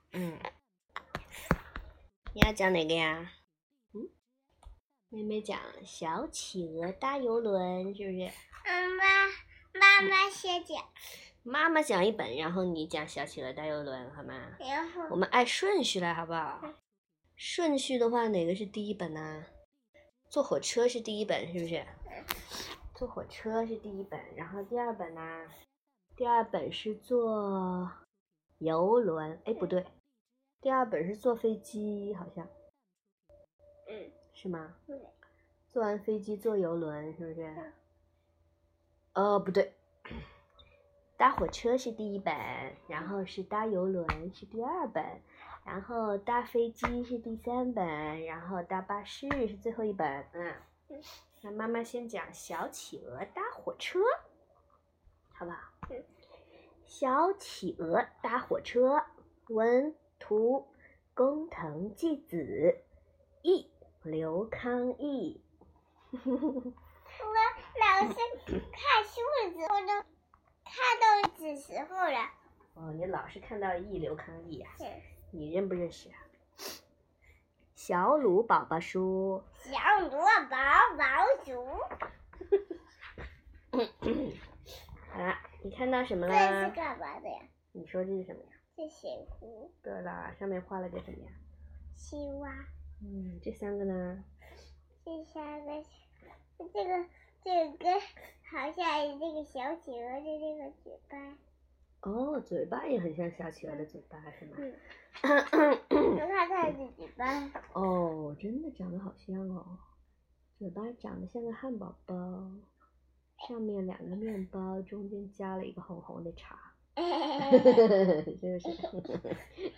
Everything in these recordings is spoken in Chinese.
你要讲哪个呀？妹妹讲小企鹅搭游轮，是不是？ 妈妈先讲。 妈妈讲一本，然后你讲小企鹅搭游轮，好吗？ 然后我们按顺序来，好不好？顺序的话，哪个是第一本呢？坐火车是第一本，是不是？坐火车是第一本，然后第二本呢？第二本是坐游轮，哎，不对，第二本是坐飞机，好像。是吗？坐完飞机坐游轮，是不是？不对，搭火车是第一本，然后是搭游轮是第二本，然后搭飞机是第三本，然后搭巴士是最后一本。那妈妈先讲小企鹅搭火车，好不好？小企鹅搭火车，文图工藤纪子，译刘康义。 我老是看书的时候都看到这时候了。 你老是看到译刘康义啊？你认不认识啊？小鲁宝宝书。 小鲁宝宝书。 好了，你看到什么了？ 这是干嘛的呀？ 你说这是什么呀？ 这水壶。 对了，上面画了个什么呀？ 青蛙。 这三个呢？ 这三个，这个好像这个小企鹅的这个嘴巴。 嘴巴也很像小企鹅的嘴巴，是吗？ 我看它的嘴巴。 真的长得好像哦，嘴巴长得像个汉堡包，上面两个面包，中间加了一个红红的叉。是不是？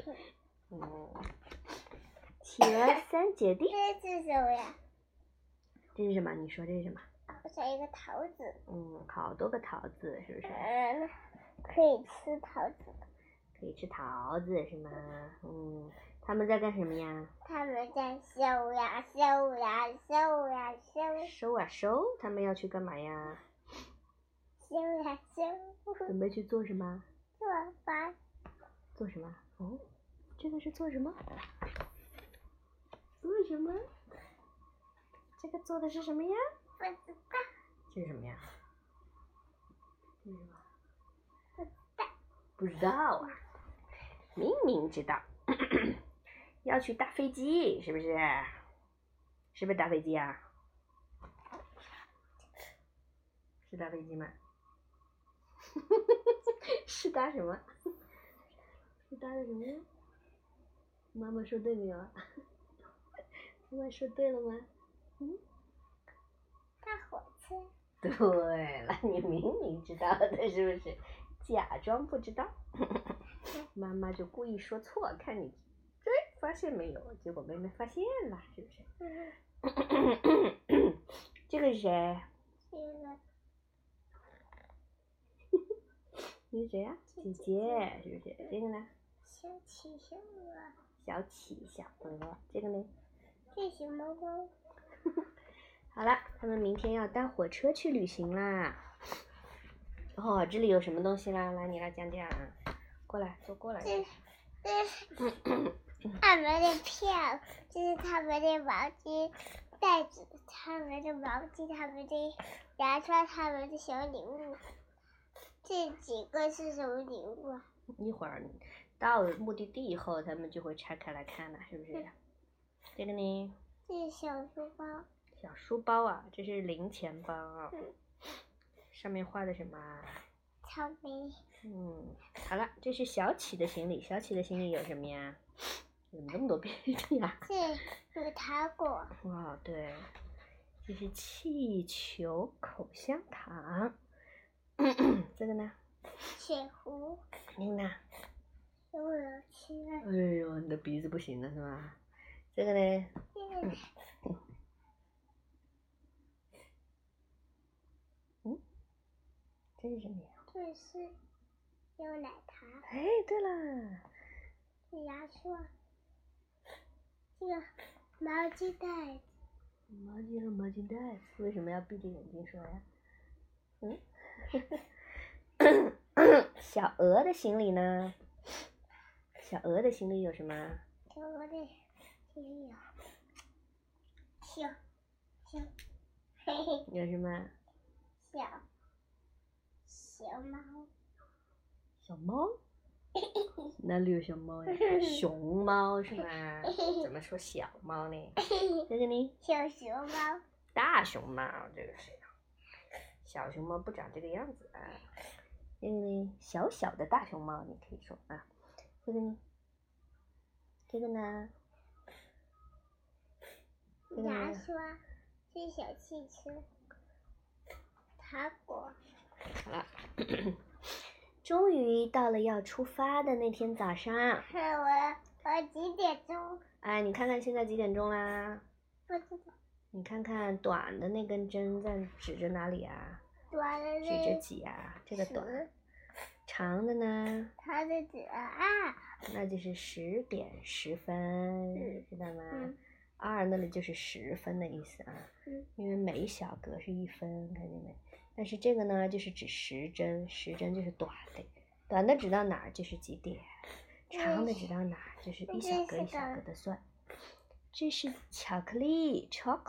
企鹅三姐弟。 这是什么呀？ 这是什么？你说这是什么？ 好像一个桃子。 好多个桃子，是不是？ 可以吃桃子。 可以吃桃子是吗？他们在干什么呀？ 他们在收呀收呀收呀收。 收啊收，他们要去干嘛呀？ 收呀收。 准备去做什么？ 做饭。 做什么？这个是做什么？做什么？这个做的是什么呀？ 不知道。 这是什么呀？这是什么？ 不知道。 不知道啊。明明知道。要去搭飞机，是不是？是不是搭飞机啊？是搭飞机吗？是搭什么？是搭的什么呀？妈妈说对没有啊？妈妈说对了吗？ 搭火车。 对了，你明明知道的，是不是？假装不知道。妈妈就故意说错，看你发现没有？结果妹妹发现了，是不是？这个是谁？你是谁呀？姐姐，是不是？这个呢？ 小企小鹅。 小企小鹅，这个呢？ 这是猫猫。 好了，他们明天要搭火车去旅行啦。这里有什么东西啦？来，你来讲讲。过来，坐过来。 这是他们的票，这是他们的毛巾袋子，他们的毛巾，他们的牙刷，他们的小礼物。这几个是什么礼物啊？ 一会儿到目的地以后，他们就会拆开来看了，是不是？这个呢？ 这是小书包。 小书包啊，这是零钱包。上面画的什么？ 草莓。 好了，这是小企的行李。小企的行李有什么呀？怎么这么多便利啊？ 这个糖果。 对，这是气球口香糖。这个呢？ 水壶。 那个呢？ 我要吃了。 哎呦，你的鼻子不行了是吧？这个呢？这是什么呀？ 这是有奶糖。 哎，对了。 这牙刷。这个毛巾袋子。 毛巾和毛巾袋子，为什么要闭着眼睛说呀？小鹅的行李呢？ 小鹅的心里有什么？ 小鹅的心里有小，嘿嘿， 有什么？ 小猫。 小猫？哪里有小猫呀？熊猫是吗？怎么说小猫呢？这个呢？ 小熊猫。 大熊猫，这个是。小熊猫不长这个样子啊。这个呢？小小的大熊猫，你可以说啊。这个呢？这个呢？ 牙刷，是小汽车。糖果。 好了。终于到了要出发的那天早上。 我几点钟？ 哎，你看看现在几点钟啦？ 不知道。 你看看短的那根针在指着哪里啊？ 短的指着几啊？这个短。长的呢？ 长的指2。 那就是10点10分，知道吗？2那里就是10分的意思啊。因为每一小格是1分，看见没？但是这个呢，就是指10针，10针就是短的，短的指到哪儿就是几点，长的指到哪儿就是一小格一小格的算。这是巧克力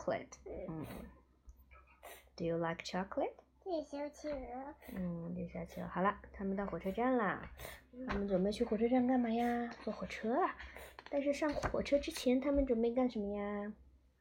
，chocolate。Do you like chocolate？ 这小企鹅。 这小企鹅。好了，他们到火车站啦。他们准备去火车站干嘛呀？坐火车啊。但是上火车之前，他们准备干什么呀？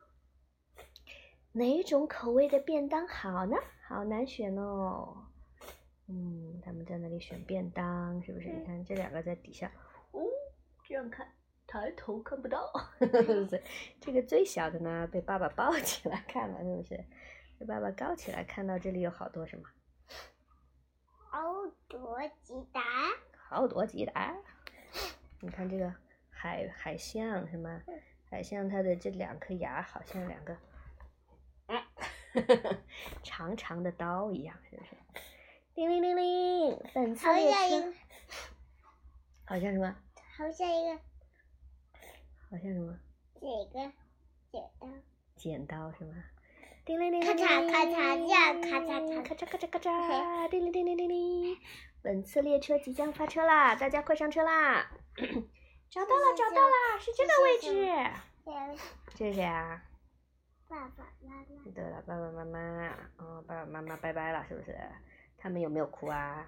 哪种口味的便当好呢？好难选哦。他们在那里选便当，是不是？你看这2个在底下，这样看，抬头看不到。这个最小的呢，被爸爸抱起来看了，是不是？被爸爸抱起来，看到这里有好多什么？ 好多鸡蛋。 好多鸡蛋。你看这个海象是吗？海象它的这2颗牙好像2个。长长的刀一样，是不是？叮铃铃铃，本次列车。好像什么？ 好像一个。 好像什么？ 这个剪刀。 剪刀是吗？叮铃铃铃， 咔嚓咔嚓，这样咔嚓嚓， 咔嚓咔嚓咔嚓，叮铃叮铃叮铃。本次列车即将发车啦，大家快上车啦！找到了，找到了，是这个位置。这是谁啊？ 爸爸妈妈。 对了，爸爸妈妈。爸爸妈妈拜拜了，是不是？他们有没有哭啊？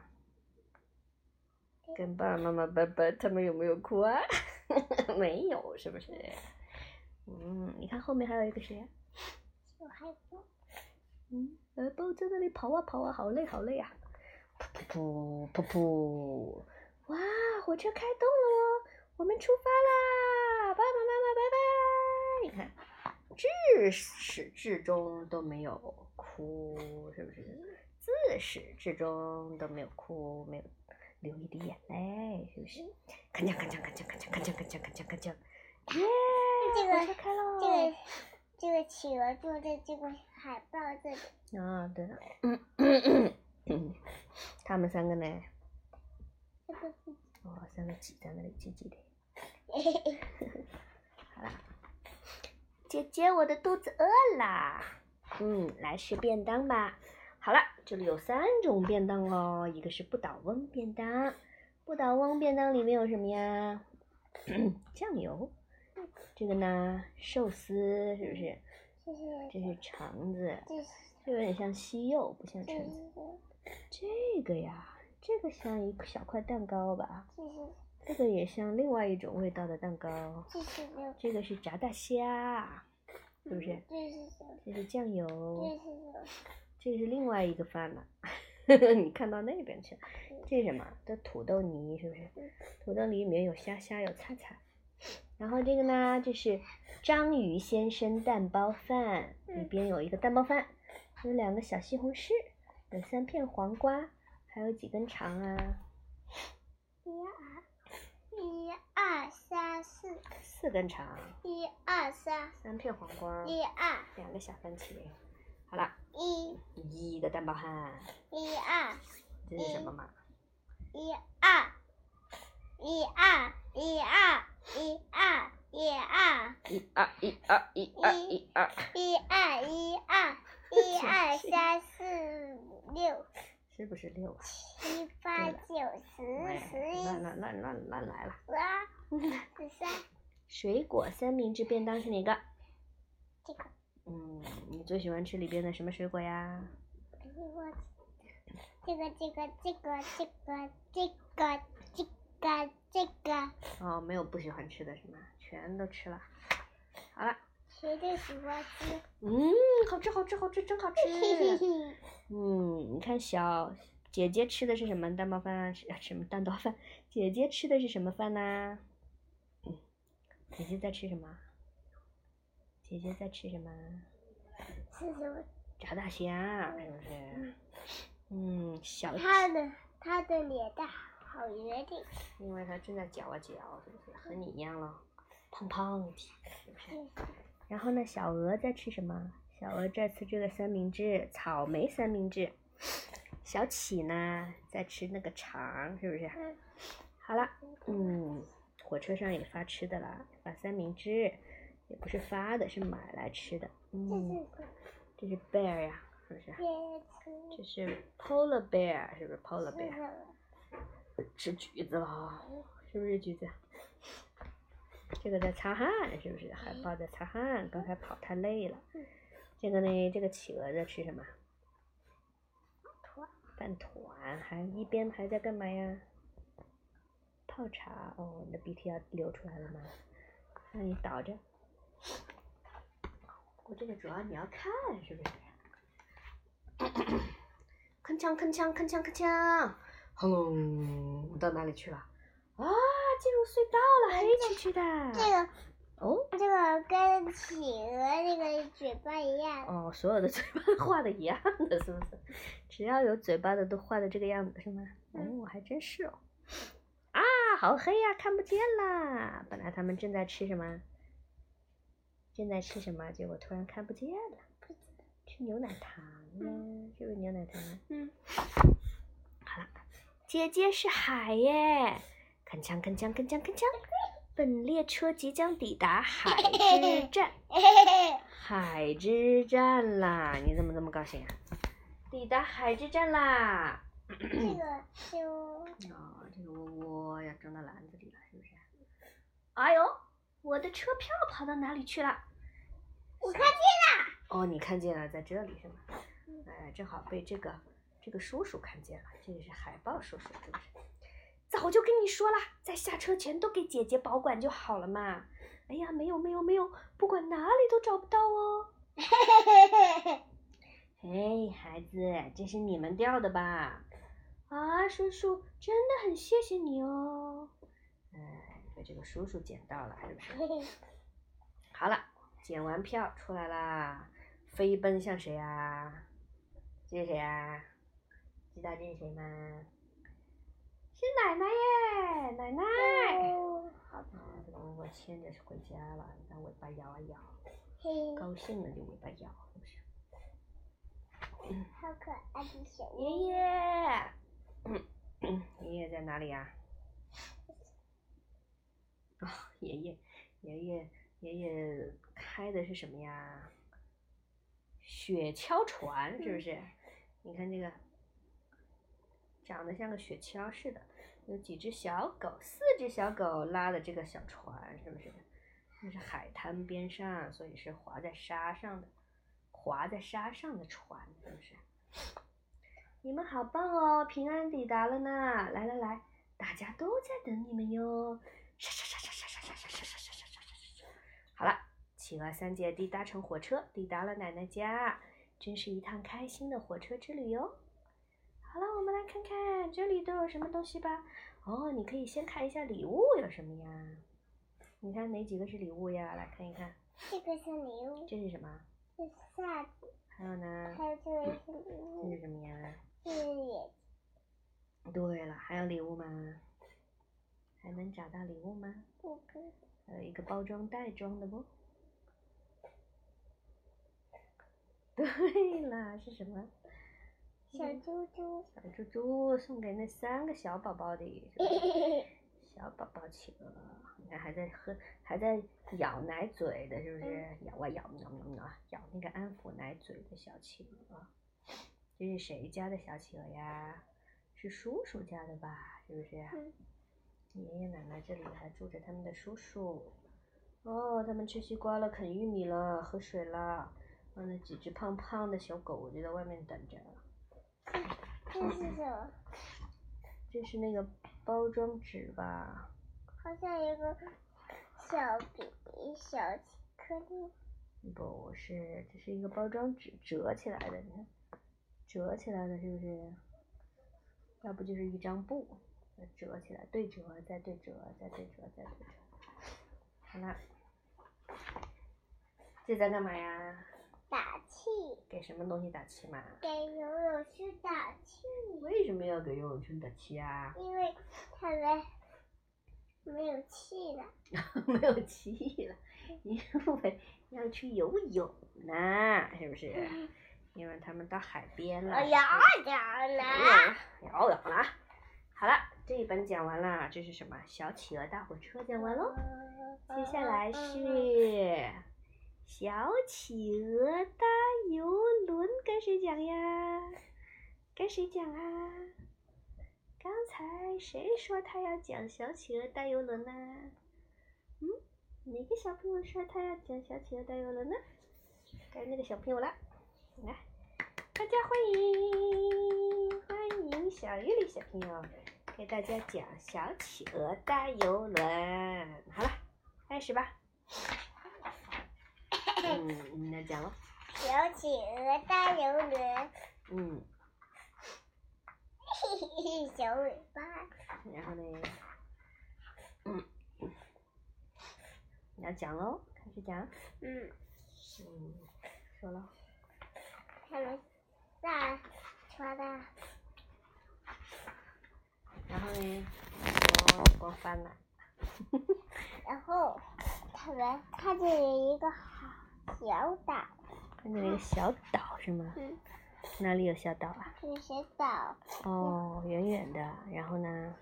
跟爸爸妈妈拜拜，他们有没有哭啊？没有，是不是？你看后面还有一个谁？ 小海豹。 海豹在那里跑啊跑啊，好累好累啊！噗噗噗噗噗！哇，火车开动了哦，我们出发啦！爸爸妈妈拜拜！你看，至始至终都没有哭，是不是？自始至终都没有哭，没有流一滴眼泪，是不是？铿锵铿锵铿锵铿锵铿锵铿锵铿锵铿锵！耶！火车开喽！ 这个企鹅坐在这个海豹这里。 对了。他们3个呢？3个挤在那里挤挤的。好啦，姐姐，我的肚子饿啦。来吃便当吧。好了，这里有3种便当哦，一个是不倒翁便当。不倒翁便当里面有什么呀？酱油。这个呢，寿司，是不是？这是肠子，这有点像西柚，不像橙子。这个呀，这个像一小块蛋糕吧？这个也像另外一种味道的蛋糕。这个是炸大虾，是不是？这是酱油。这是另外一个饭了。你看到那边去了。这是什么？这土豆泥，是不是？土豆泥里面有虾有菜。然后这个呢，这是章鱼先生蛋包饭，里边有一个蛋包饭，有2个小西红柿，有3片黄瓜，还有几根肠啊 ？1、2、3、4。 4根肠。 1、2、3。 3片黄瓜。 1、2。 2个小番茄。好了。1个蛋包饭。 1、2。 这是什么嘛 ？1、2。1、2。1、2。1、2。1、2。 1、2。1、2。1、2。1、2。 1、2。1、2。1、2、3、4、5、6。 是不是6啊 ？7、8、9、10、11。 乱来了。 13。 水果三明治便当是哪个？ 这个。 你最喜欢吃里边的什么水果呀？ 这个。 哦，没有不喜欢吃的是吗？全都吃了。好了。 谁最喜欢吃？ 好吃，好吃，好吃，真好吃。你看姐姐吃的是什么蛋包饭？什么蛋包饭？姐姐吃的是什么饭呢？姐姐在吃什么？姐姐在吃什么？ 是什么？ 炸大虾，是不是？小。 他的脸蛋好圆的。 因为他正在嚼啊嚼，是不是？和你一样咯，胖胖的，是不是？然后呢，小鹅在吃什么？小鹅在吃这个三明治，草莓三明治。小启呢，在吃那个肠，是不是？好了，火车上也发吃的啦，发三明治，也不是发的，是买来吃的。这是 bear 呀，是不是？这是 polar bear， 是不是 polar bear？ 吃橘子了，是不是橘子？这个在擦汗，是不是？海豹在擦汗，刚才跑太累了。这个呢，这个企鹅在吃什么？饭团，一边还在干嘛呀？泡茶。你的鼻涕要流出来了吗？那你倒着。这个主要你要看，是不是？铿锵铿锵铿锵铿锵，轰隆，到哪里去了？啊，进入隧道了，黑黢黢的。 这个跟企鹅那个嘴巴一样。 所有的嘴巴画的一样的，是不是？只要有嘴巴的都画的这个样子，是吗？还真是哦。好黑呀，看不见啦。本来他们正在吃什么？结果突然看不见了。吃牛奶糖呀，是不是牛奶糖？好了，姐姐是海耶，铿锵铿锵铿锵铿锵，本列车即将抵达海之站。海之站啦！你怎么这么高兴啊？抵达海之站啦！ 这个这个窝要装到篮子里了，是不是？哎呦，我的车票跑到哪里去了？ 我看见了。 你看见了，在这里是吗？正好被这个叔叔看见了，这个是海豹叔叔，是不是？早就跟你说了，在下车前都给姐姐保管就好了嘛。哎呀，没有，不管哪里都找不到哦。孩子，这是你们掉的吧？叔叔，真的很谢谢你哦。被这个叔叔捡到了，是不是？好了，捡完票出来啦，飞奔向谁啊？这是谁啊？知道这是谁吗？是奶奶耶，奶奶。这个窝窝牵着回家了，让尾巴摇啊摇，高兴了就尾巴摇，是不是？ 好可爱的小爷爷。爷爷在哪里呀？爷爷开的是什么呀？雪橇船，是不是？你看这个，长得像个雪橇似的，有几只小狗，4只小狗拉的这个小船，是不是？那是海滩边上，所以是滑在沙上的船，是不是？你们好棒哦，平安抵达了呢！来，大家都在等你们哟！好了，企鹅3姐弟搭乘火车抵达了奶奶家，真是一趟开心的火车之旅哟。好了，我们来看看这里都有什么东西吧。你可以先看一下礼物有什么呀？你看哪几个是礼物呀？来看一看。 这个是礼物。 这是什么？ 这是扇子。 还有呢？ 还有这个是礼物。 这是什么呀？ 这是眼睛。 对了，还有礼物吗？还能找到礼物吗？ 不可以。 还有一个包装袋装的不？对了，是什么？ 小猪猪。 小猪猪送给那3个小宝宝的，小宝宝企鹅，你看还在咬奶嘴的，是不是？咬啊咬，咬那个安抚奶嘴的小企鹅。这是谁家的小企鹅呀？是叔叔家的吧？是不是？ 爷爷奶奶这里还住着他们的叔叔。哦，他们吃西瓜了，啃玉米了，喝水了。那几只胖胖的小狗就在外面等着。 这是什么？ 这是那个包装纸吧？ 好像有个小巧克力。 不是，这是一个包装纸，折起来的，你看，折起来的是不是？要不就是一张布，折起来，对折，再对折，再对折，再对折。好了，这在干嘛呀？ 打气。 给什么东西打气嘛？ 给游泳圈打气。 为什么要给游泳圈打气啊？ 因为他们没有气了。 没有气了，因为要去游泳呢，是不是？因为他们到海边了。 游泳了。 游泳了。好了，这一本讲完了，这是什么？小企鹅大火车讲完喽。接下来是小企鹅大游轮，跟谁讲呀？跟谁讲啊？刚才谁说他要讲小企鹅大游轮呢？哪个小朋友说他要讲小企鹅大游轮呢？该那个小朋友了。来，大家欢迎小玉丽小朋友给大家讲小企鹅大游轮。好了，开始吧。你来讲喽。 小企鹅大游轮。小尾巴。 然后呢？你要讲喽，开始讲。说了。 他们下船了。 然后呢？光翻了。 然后他们看见了一个小岛。 看见了一个小岛是吗？哪里有小岛啊？ 有小岛。 哦，远远的。然后呢？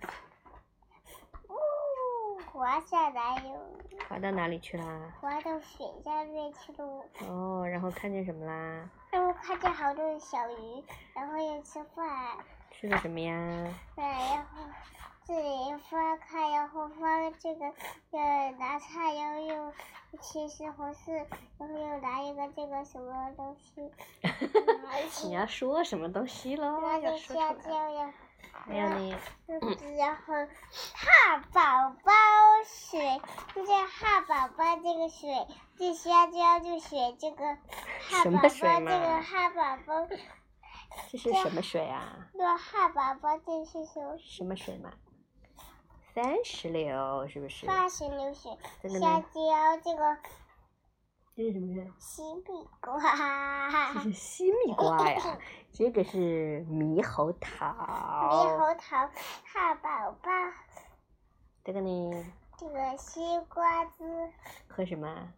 滑下来哟。 滑到哪里去啦？ 滑到水下面去了。 哦，然后看见什么啦？ 然后看见好多小鱼，然后要吃饭。 吃的什么呀？ 然后这里翻看，然后翻这个拿菜，然后又切西红柿，然后又拿一个这个什么东西。 你要说什么东西喽？要说出来。还有呢？ 然后汉堡包水，就这汉堡包这个水，这香蕉就水这个汉堡包这个汉堡包。 这是什么水啊？ 这汉堡包这是什么水嘛？3石榴是不是 ？8石榴水。 香蕉这个。 这是什么水？ 西蜜瓜。 这是西蜜瓜呀，这个是猕猴桃。 猕猴桃汉堡包。 这个呢？ 这个西瓜汁。 和什么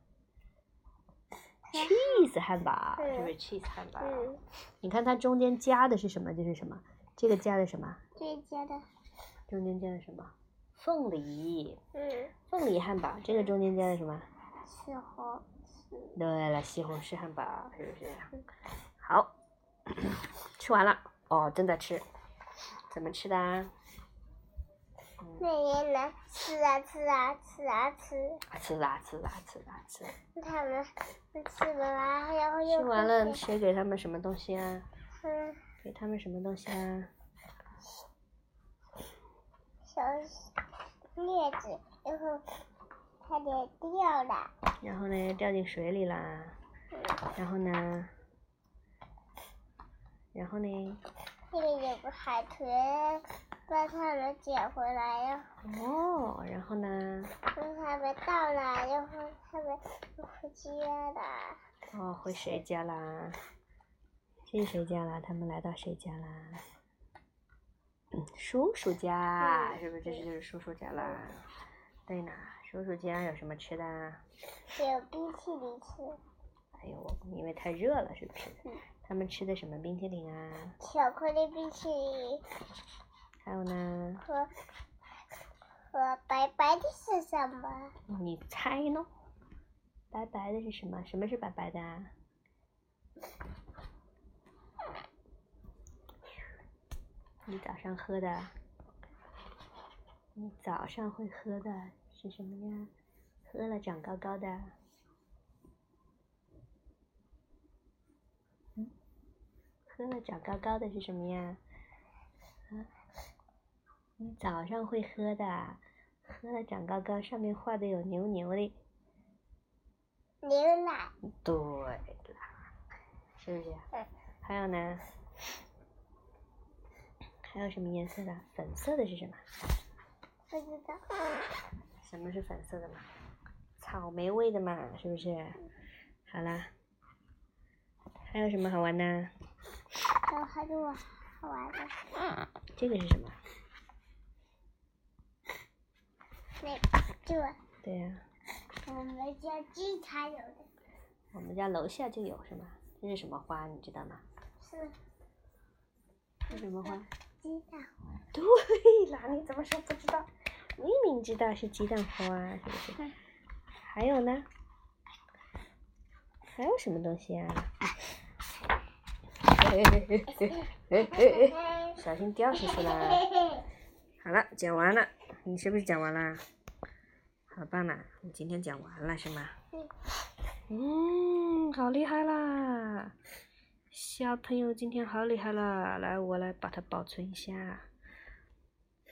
？cheese 汉堡，是不是 cheese 汉堡？你看它中间加的是什么？就是什么？这个加的什么？ 这加的。 中间加的什么？凤梨。 嗯。 凤梨汉堡，这个中间加的什么？ 西红柿。 对了，西红柿汉堡，是不是？好，吃完了。哦，正在吃。怎么吃的啊？ 那也能吃啊吃啊吃啊吃。 吃啊吃啊吃啊吃。 他们吃完了，然后又吃完了，谁给他们什么东西啊？给他们什么东西啊？ 小叶子，然后它就掉了。 然后呢，掉进水里啦。然后呢？然后呢？ 这个有个海豚把它们捡回来呀。 哦，然后呢？ 让他们到了，然后他们回家了。 哦，回谁家啦？这是谁家啦？他们来到谁家啦？叔叔家，是不是？这就是叔叔家啦。对呢，叔叔家有什么吃的？ 有冰淇淋吃。 哎呦，因为太热了，是不是？他们吃的什么冰淇淋啊？ 巧克力冰淇淋。 还有呢？ 和白白的是什么？ 你猜呢？白白的是什么？什么是白白的啊？你早上喝的你早上会喝的是什么呀？喝了长高高的。喝了长高高的是什么呀？你早上会喝的，喝了长高高，上面画的有牛牛的。 牛奶。 对了，是不是？还有呢？还有什么颜色的？粉色的是什么？ 不知道。 什么是粉色的嘛？草莓味的嘛，是不是？好啦，还有什么好玩的？ 还有好玩的。 这个是什么？ 这个。 对呀。 我们家经常有的。 我们家楼下就有是吗？这是什么花你知道吗？是什么花？ 鸡蛋花。 对啦，你怎么说不知道？明明知道是鸡蛋花，是不是？还有呢？还有什么东西啊？小心掉下去了。好了，讲完了，你是不是讲完了？好棒啦！你今天讲完了是吗？好厉害啦！小朋友今天好厉害啦！来，我来把它保存一下。